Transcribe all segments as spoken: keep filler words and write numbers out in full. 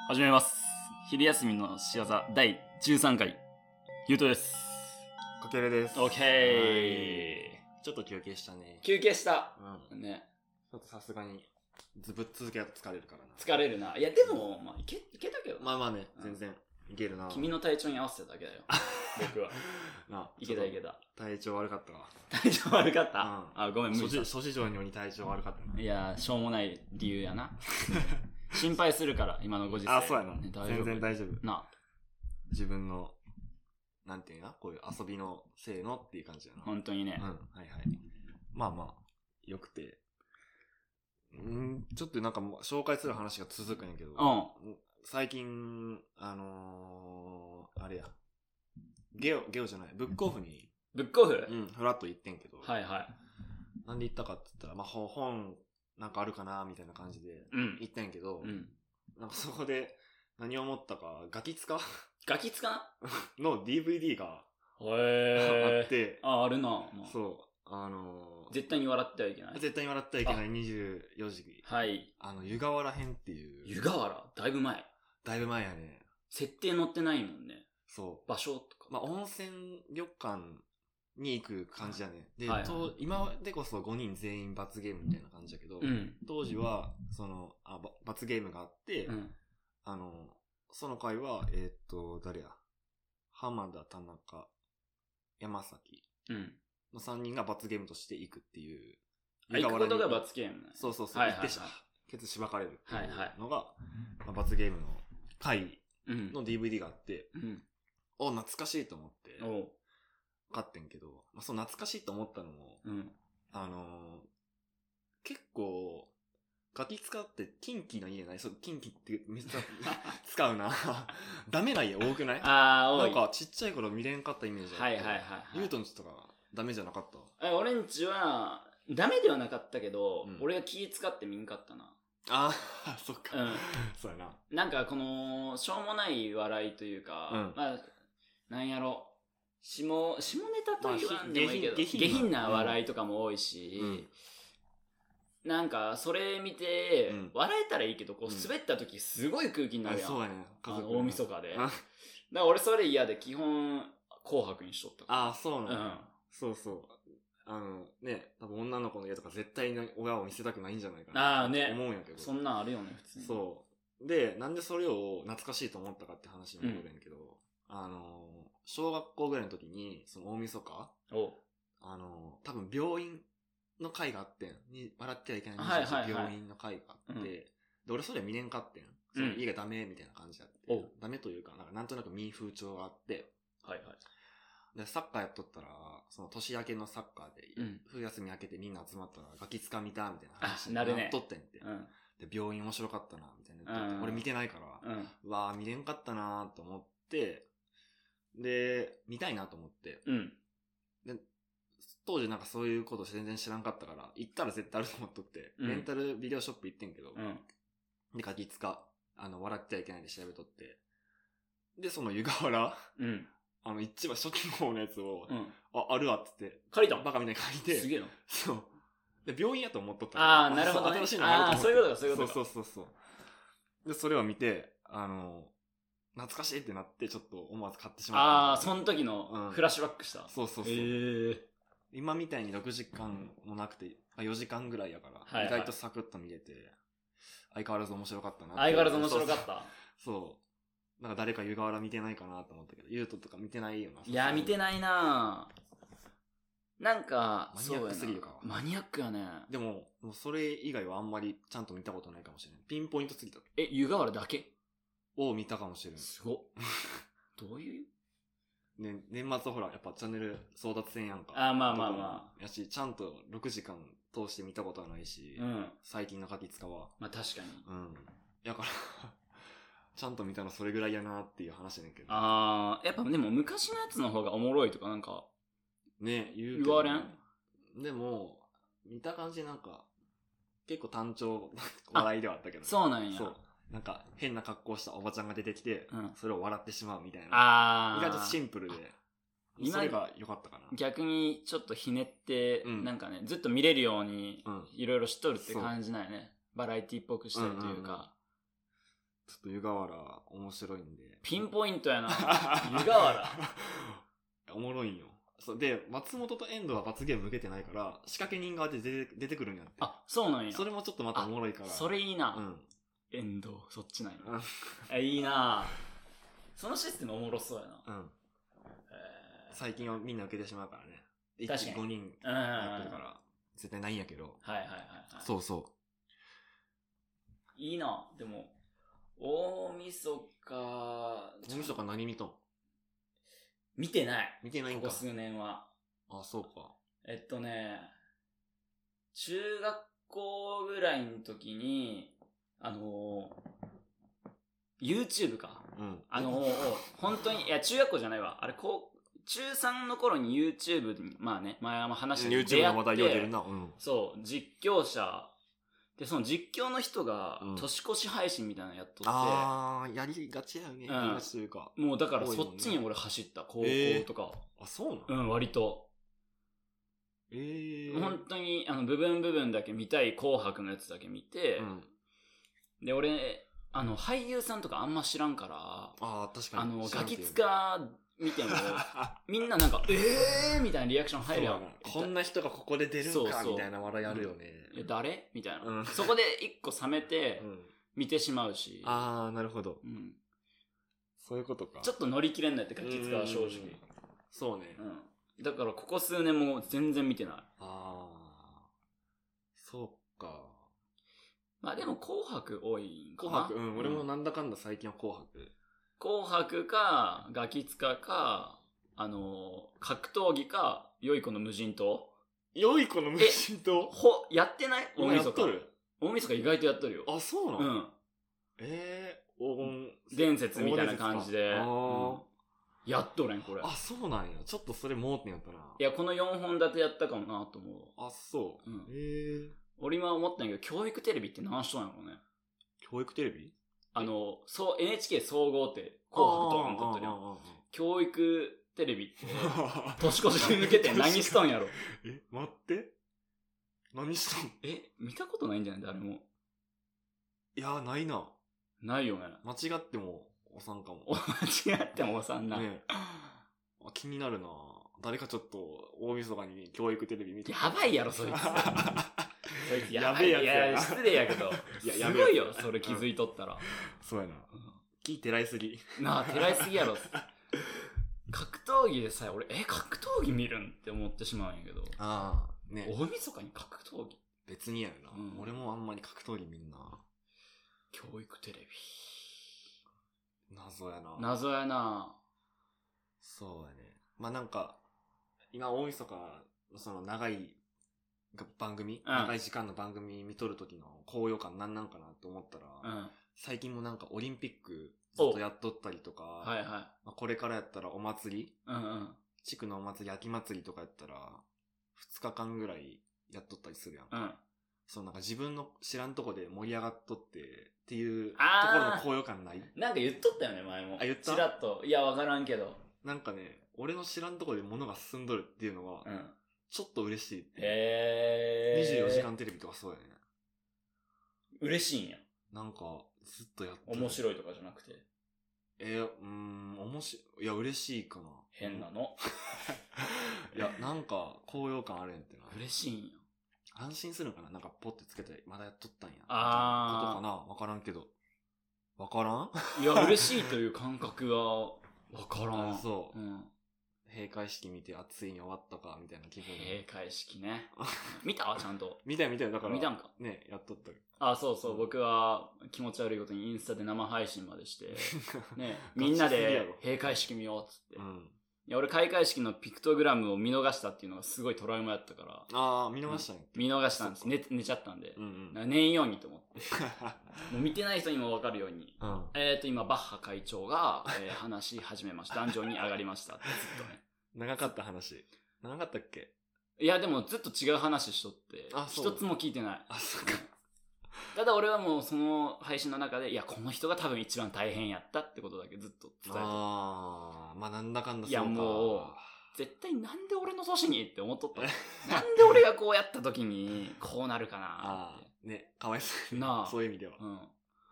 始めます。昼休みの仕業だいじゅうさんかい、ゆうとです。 かけるです。 オッケー。ちょっと休憩したね。 ー。休憩した。 うん。 ね。 ちょっとさすがにずぶっ続けだと疲れるからな。 疲れるな。いやでも、まあ、いけ、いけたけどな。 まあまあね、 うん全然いけるな。 君の体調に合わせただけだよ。僕は。 な、 いけたいけた。 体調悪かったわ。 体調悪かった、 うん、 あ、ごめん、無理した。 諸事情により体調悪かったな。 いや、しょうもない理由やな。心配するから、今のご時世。 あ、そうやな。 ね、 全然大丈夫。 な。 自分の、なんていうな、こういう遊びのせいのっていう感じやな。 本当にね。 うん、はいはい。まあまあ、よくて。んちょっとなんかもう紹介する話が続くんやけど、 うん、 最近、あのー、あれや、ゲオ、ゲオじゃない、ブックオフに、 ブックオフうん、ふらっと行ってんけど、 はいはい。 なんで行ったかって言ったら、まあ、本なんかあるかなみたいな感じで行ったんやけど、 うん、 なんかそこで何を思ったか、ガキツカガキツカの ディーブイディー がへあって、 あ、あるな、まあ、 そう、あのー、 絶対に笑ってはいけない。 絶対に笑ってはいけないにじゅうよじ。 はい。 あの、湯河原編っていう。 湯河原だいぶ前。 だいぶ前やね。 設定載ってないもんね。 そう。 場所とか。 まあ、温泉旅館に行く感じだね。で、 はいはい、 と今でこそごにん全員罰ゲームみたいな感じだけど、 うん、 当時は、その、あ、罰ゲームがあって、うん、あの、その回は、えー、っと、誰や浜田、田中、山崎のさんにんが罰ゲームとして行くっていう。 うん、行くことが罰ゲーム、ね、 そうそうそう。 はいはいはい、 行ってしまケツしばかれるっていうのが、 はいはい、 まあ、罰ゲームの回の ディーブイディー があって、 うん、 お、懐かしいと思って、買ってんけど、まあ、そう懐かしいと思ったのも、うん、あのー、結構、ガキ使ってキンキの家ない？そう、キンキってめっちゃ使うな。ダメな家多くない？ あー、多い。 なんかちっちゃい頃見れんかったイメージあって。 はいはいはい、はい。 ゆうとんちとかダメじゃなかった？ 俺んちは、ダメではなかったけど、うん、俺が気使って見んかったな。 ああ、そっか。うん。そうやな。 なんかこの、しょうもない笑いというか、うん、まあ、なんやろ。下、下ネタと言わんでもいいけど、下品, 下品な笑いとかも多いし、うん、なんかそれ見て、うん、笑えたらいいけど、こう滑った時すごい空気になるやん。 そうやね。 あの大晦日で。だから俺それ嫌で基本、紅白にしとった。 ああ、そうなの、ね、 うん。 そうそう。あのね、多分女の子の家とか絶対に親を見せたくないんじゃないかなって思うんやけど。 そんなんあるよね、普通に。 そう。で、なんでそれを懐かしいと思ったかって話に戻るんやけど、うん、あの、小学校ぐらいの時に、その大晦日あの、多分病院の会があってん。に笑ってはいけないにじゅうよじ病院の会があって、はいはいはい、で、俺それ見れんかってん。その家がダメみたいな感じだって。うん、ダメというか、なんかなんとなく民風潮があって、はいはい。で、サッカーやっとったら、その年明けのサッカーで、うん、冬休み明けてみんな集まったら、ガキつかみたみたいな話になっとってんって。ね、うん、で、病院面白かったな、みたいな言ってて、うん、俺見てないから、うん、うわー見れんかったなーと思って、で、見たいなと思って、うん、で、当時なんかそういうこと全然知らんかったから、行ったら絶対あると思っとって、うん、レンタルビデオショップ行ってんけど、うん、で、ガキつか、あの、笑ってはいけないで調べとって、で、その湯河原、うんあの、一番初期の方のやつを、うん、あ、あるわって言って。 借りたバカみたいに借りて。 すげえな。 そう。で、病院やと思っとったああ、なるほど、ね。 新しいのあると思って。ああ、 そういうことか、そういうことか。 そうそうそうそう。で、それを見て、あの、懐かしいってなって、ちょっと思わず買ってしまった。 ああ、その時のフラッシュバックした。 うん、そうそうそう。 えー、 今みたいにろくじかんもなくて、よじかんぐらいやから、はいはい、意外とサクッと見れて、相変わらず面白かったな。 相変わらず面白かった。 そうそう。そうなんか誰か湯河原見てないかなと思ったけど、ゆうととか見てないよな。 いや、見てないななんか、 マニアックすぎるか。 マニアックやね。 でも、もうそれ以外はあんまりちゃんと見たことないかもしれない。ピンポイントすぎた。 え、湯河原だけを見たかもしれない。 すごっ。どういうね、年末ほら、やっぱチャンネル争奪戦やんか。 あ、まあまあまあ。やし、ちゃんとろくじかん通して見たことはないし、うん、最近のガキ使は。 まあ確かに。 うん。やからちゃんと見たのそれぐらいやなっていう話だけど。 あー、やっぱでも昔のやつの方がおもろいとかなんか。 ね、言うけど。言われん？ でも、見た感じなんか、結構単調笑いではあったけど、ね。 そうなんや。そう。 なんか変な格好したおばちゃんが出てきて、うん、それを笑ってしまうみたいな。 あー。意外とシンプルで。それが良かったかな。 逆にちょっとひねって、うん、なんかね、ずっと見れるように、いろいろしとるって感じないね。バラエティっぽくしたりというか。うんうんうんちょっと湯河原面白いんで。 ピンポイントやな。湯河原。 おもろいんよ。そうで、松本と遠藤は罰ゲーム受けてないから、仕掛け人側で出て、出てくるんやって。 あ、そうなんや。 それもちょっとまたおもろいから。 それいいな。うん。遠藤、そっちなんや。え、いいな。そのシステムおもろそうやな。うん。 えー、最近はみんな受けてしまうからね。確かに。ごにんやってるから、絶対ないんやけど。 はいはいはいはい。 そうそう。 いいな。でも、大晦日、 大晦日何見とん？ 見てない。 見てないんか。 ここ数年は。 あ、そうか。 えっとね、中学校ぐらいの時に、あのー、YouTube か。うん。あのー、本当に、いや、中学校じゃないわ。あれ、こう、中さんの頃に YouTube に、まあね、前も話して出会って、YouTube の話題出るな。うん。 そう、実況者、で、その実況の人が、年越し配信みたいなのやっとって。うん、 あー、やりがちやよね。やりがちというか。 もうだからそっちに俺走った、高校とか。 えー、あ、そうなの？ うん、割と。えー。本当に、あの、部分部分だけ見たい紅白のやつだけ見て、うん、で、俺、あの、俳優さんとかあんま知らんから、 あー、確かに。 あの、ガキツカ見ても、みんななんか、えーみたいなリアクション入るやん。 こんな人がここで出るんかそうそうみたいな笑いあるよね。 うん、誰みたいな、うん。そこで一個冷めて、見てしまうし。 うん、あー、なるほど。うん。そういうことか。 ちょっと乗り切れんないってガキツカは正直。 そうね。 うん。だからここ数年も全然見てない。 あー。そうか。 まあでも紅白多いんかな。 紅白、うん。俺もなんだかんだ最近は紅白。 紅白か、ガキツカか、あのー、格闘技か、良い子の無人島。 良い子の無人島ほ、やってない？ 大晦日。やっとる？ 大晦日意外とやっとるよ。 あ、そうなの？ うん。 えー、黄金伝説みたいな感じで。あー。うん、やっとるん、これ。 あ、そうなんや。ちょっとそれ盲点やったな。 いや、このよんほん立てやったかもなと思う。 あ、そう。うん。へえ。 俺今思ったんやけど、教育テレビって何しとんやろうね。 教育テレビ？ あの、そう、エヌエイチケー 総合って紅白とかも撮ってるやん。教育テレビって、年越しに向けて何しとんやろ。 え、待って。何しとん？ え、見たことないんじゃない誰も。 いや、ないな。 ないよね。 間違っても、おさんかも。 間違ってもおさんな。ね、 あ、気になるな。誰かちょっと、大晦日に教育テレビ見て。 やばいやろ、そいつ。そいつやばいやべえやつやな。 いや、失礼やけど。いや、すごいよ、それ気づいとったら。 そうやな。気てらいすぎ。 なあ、てらいすぎやろ。格闘技でさえ、俺、え、格闘技見るんって思ってしまうんやけど。 ああ、ね。 大晦日に格闘技別にやるな、うん。俺もあんまり格闘技見んな。 教育テレビ。 謎やな。 謎やな。 そうやね。まあなんか、今大晦日、その長い番組、うん、長い時間の番組見とる時の高揚感なんなんかなって思ったら、うん、最近もなんかオリンピックずっとやっとったりとか、はいはい、まあ、これからやったらお祭り、うんうん、地区のお祭り、秋祭りとかやったら、ふつかかんぐらいやっとったりするやん。うん、そうなんか自分の知らんとこで盛り上がっとってっていうところの高揚感ない？ なんか言っとったよね、前も。あ、言った？チラッと。いや、わからんけど。 なんかね、俺の知らんところで物が進んどるっていうのは、うん、ちょっと嬉しい。 へー。 にじゅうよじかんテレビとかそうやね。 嬉しいんや。 なんか、ずっとやってる。面白いとかじゃなくて。 えー、うーん、面白い。いや、嬉しいかな。 変なの。 いや、なんか、高揚感あるやんってな。 嬉しいんや。 安心するのかな？なんか、ポッてつけて、まだやっとったんや。 あー。ことかな？わからんけど。わからん？ いや、嬉しいという感覚が、わからん。 あ、そう。うん。閉会式見て、あ、ついに終わったか、みたいな気分。 閉会式ね。見た？ちゃんと。 見たよ見たよ。だから。 見たんか。 ね、やっとった。 あ、そうそう。僕は気持ち悪いことにインスタで生配信までして、ね、みんなで閉会式見ようっつって。うん。いや、俺開会式のピクトグラムを見逃したっていうのがすごいトラウマやったから。 ああ、見逃したんや、 うん、見逃したんです。寝、寝ちゃったんで。うんうん、寝んようにと思って。もう見てない人にもわかるように。うん、えっと、今、バッハ会長が、えー、話し始めました。壇上に上がりましたってずっとね。 長かった話。長かったっけ？ いや、でもずっと違う話しとって、一つも聞いてない。 あ、そうか。 ただ俺はもうその配信の中で、いや、この人が多分一番大変やったってことだけずっと伝えて。 ああ、まあなんだかんだそうか。いや、もう、絶対なんで俺の年にって思っとった。なんで俺がこうやった時に、こうなるかなって。 ね、かわいそうな。そういう意味では。うん。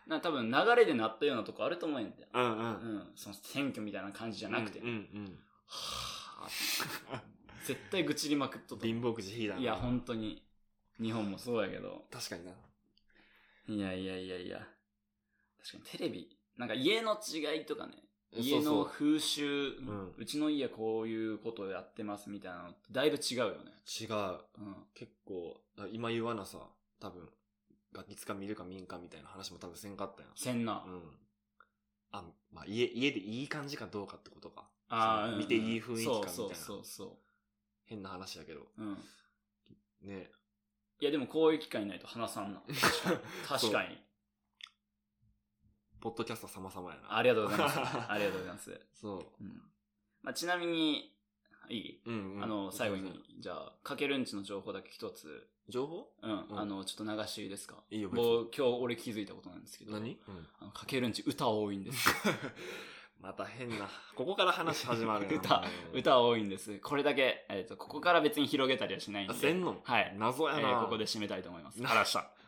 な多分流れでなったようなとこあると思うんだよ。 うんうん。 うん。その選挙みたいな感じじゃなくて。 うんうん、うん。 はぁ。絶対愚痴りまくっとった。 貧乏くじ引いたな。 いや、本当に。日本もそうやけど。 確かにな。 いやいやいやいや。確かにテレビ。なんか家の違いとかね。家の風習、そうそう、うん、うちの家こういうことをやってますみたいなのだいぶ違うよね。 違う。うん、結構、今言わなさ、多分、ガキ使見るか見んかみたいな話も多分せんかったやん。 せんな。 うん。あ、まあ家、家でいい感じかどうかってことか。ああ。見ていい雰囲気かみたいな。そうそうそうそう。変な話やけど。うん。ね。 いやでもこういう機会ないと話さんな。確かに。 ポッドキャスト様々やな。 ありがとうございます。ありがとうございます。 そう。 うん。まあ、ちなみに、いい、うんうん、あの、最後に、じゃあ、かけるんちの情報だけ一つ。 情報うん、うん。あの、ちょっと流していいですか？ いいよ、 もう、今日俺気づいたことなんですけど。 何？ うん。あの、かけるんち歌多いんです。 また変な。ここから話始まるよ。 歌、歌多いんです。これだけ、えっと、ここから別に広げたりはしないんで。 あ、せんの？ はい。 謎やな、 えー。ここで締めたいと思います。あらした。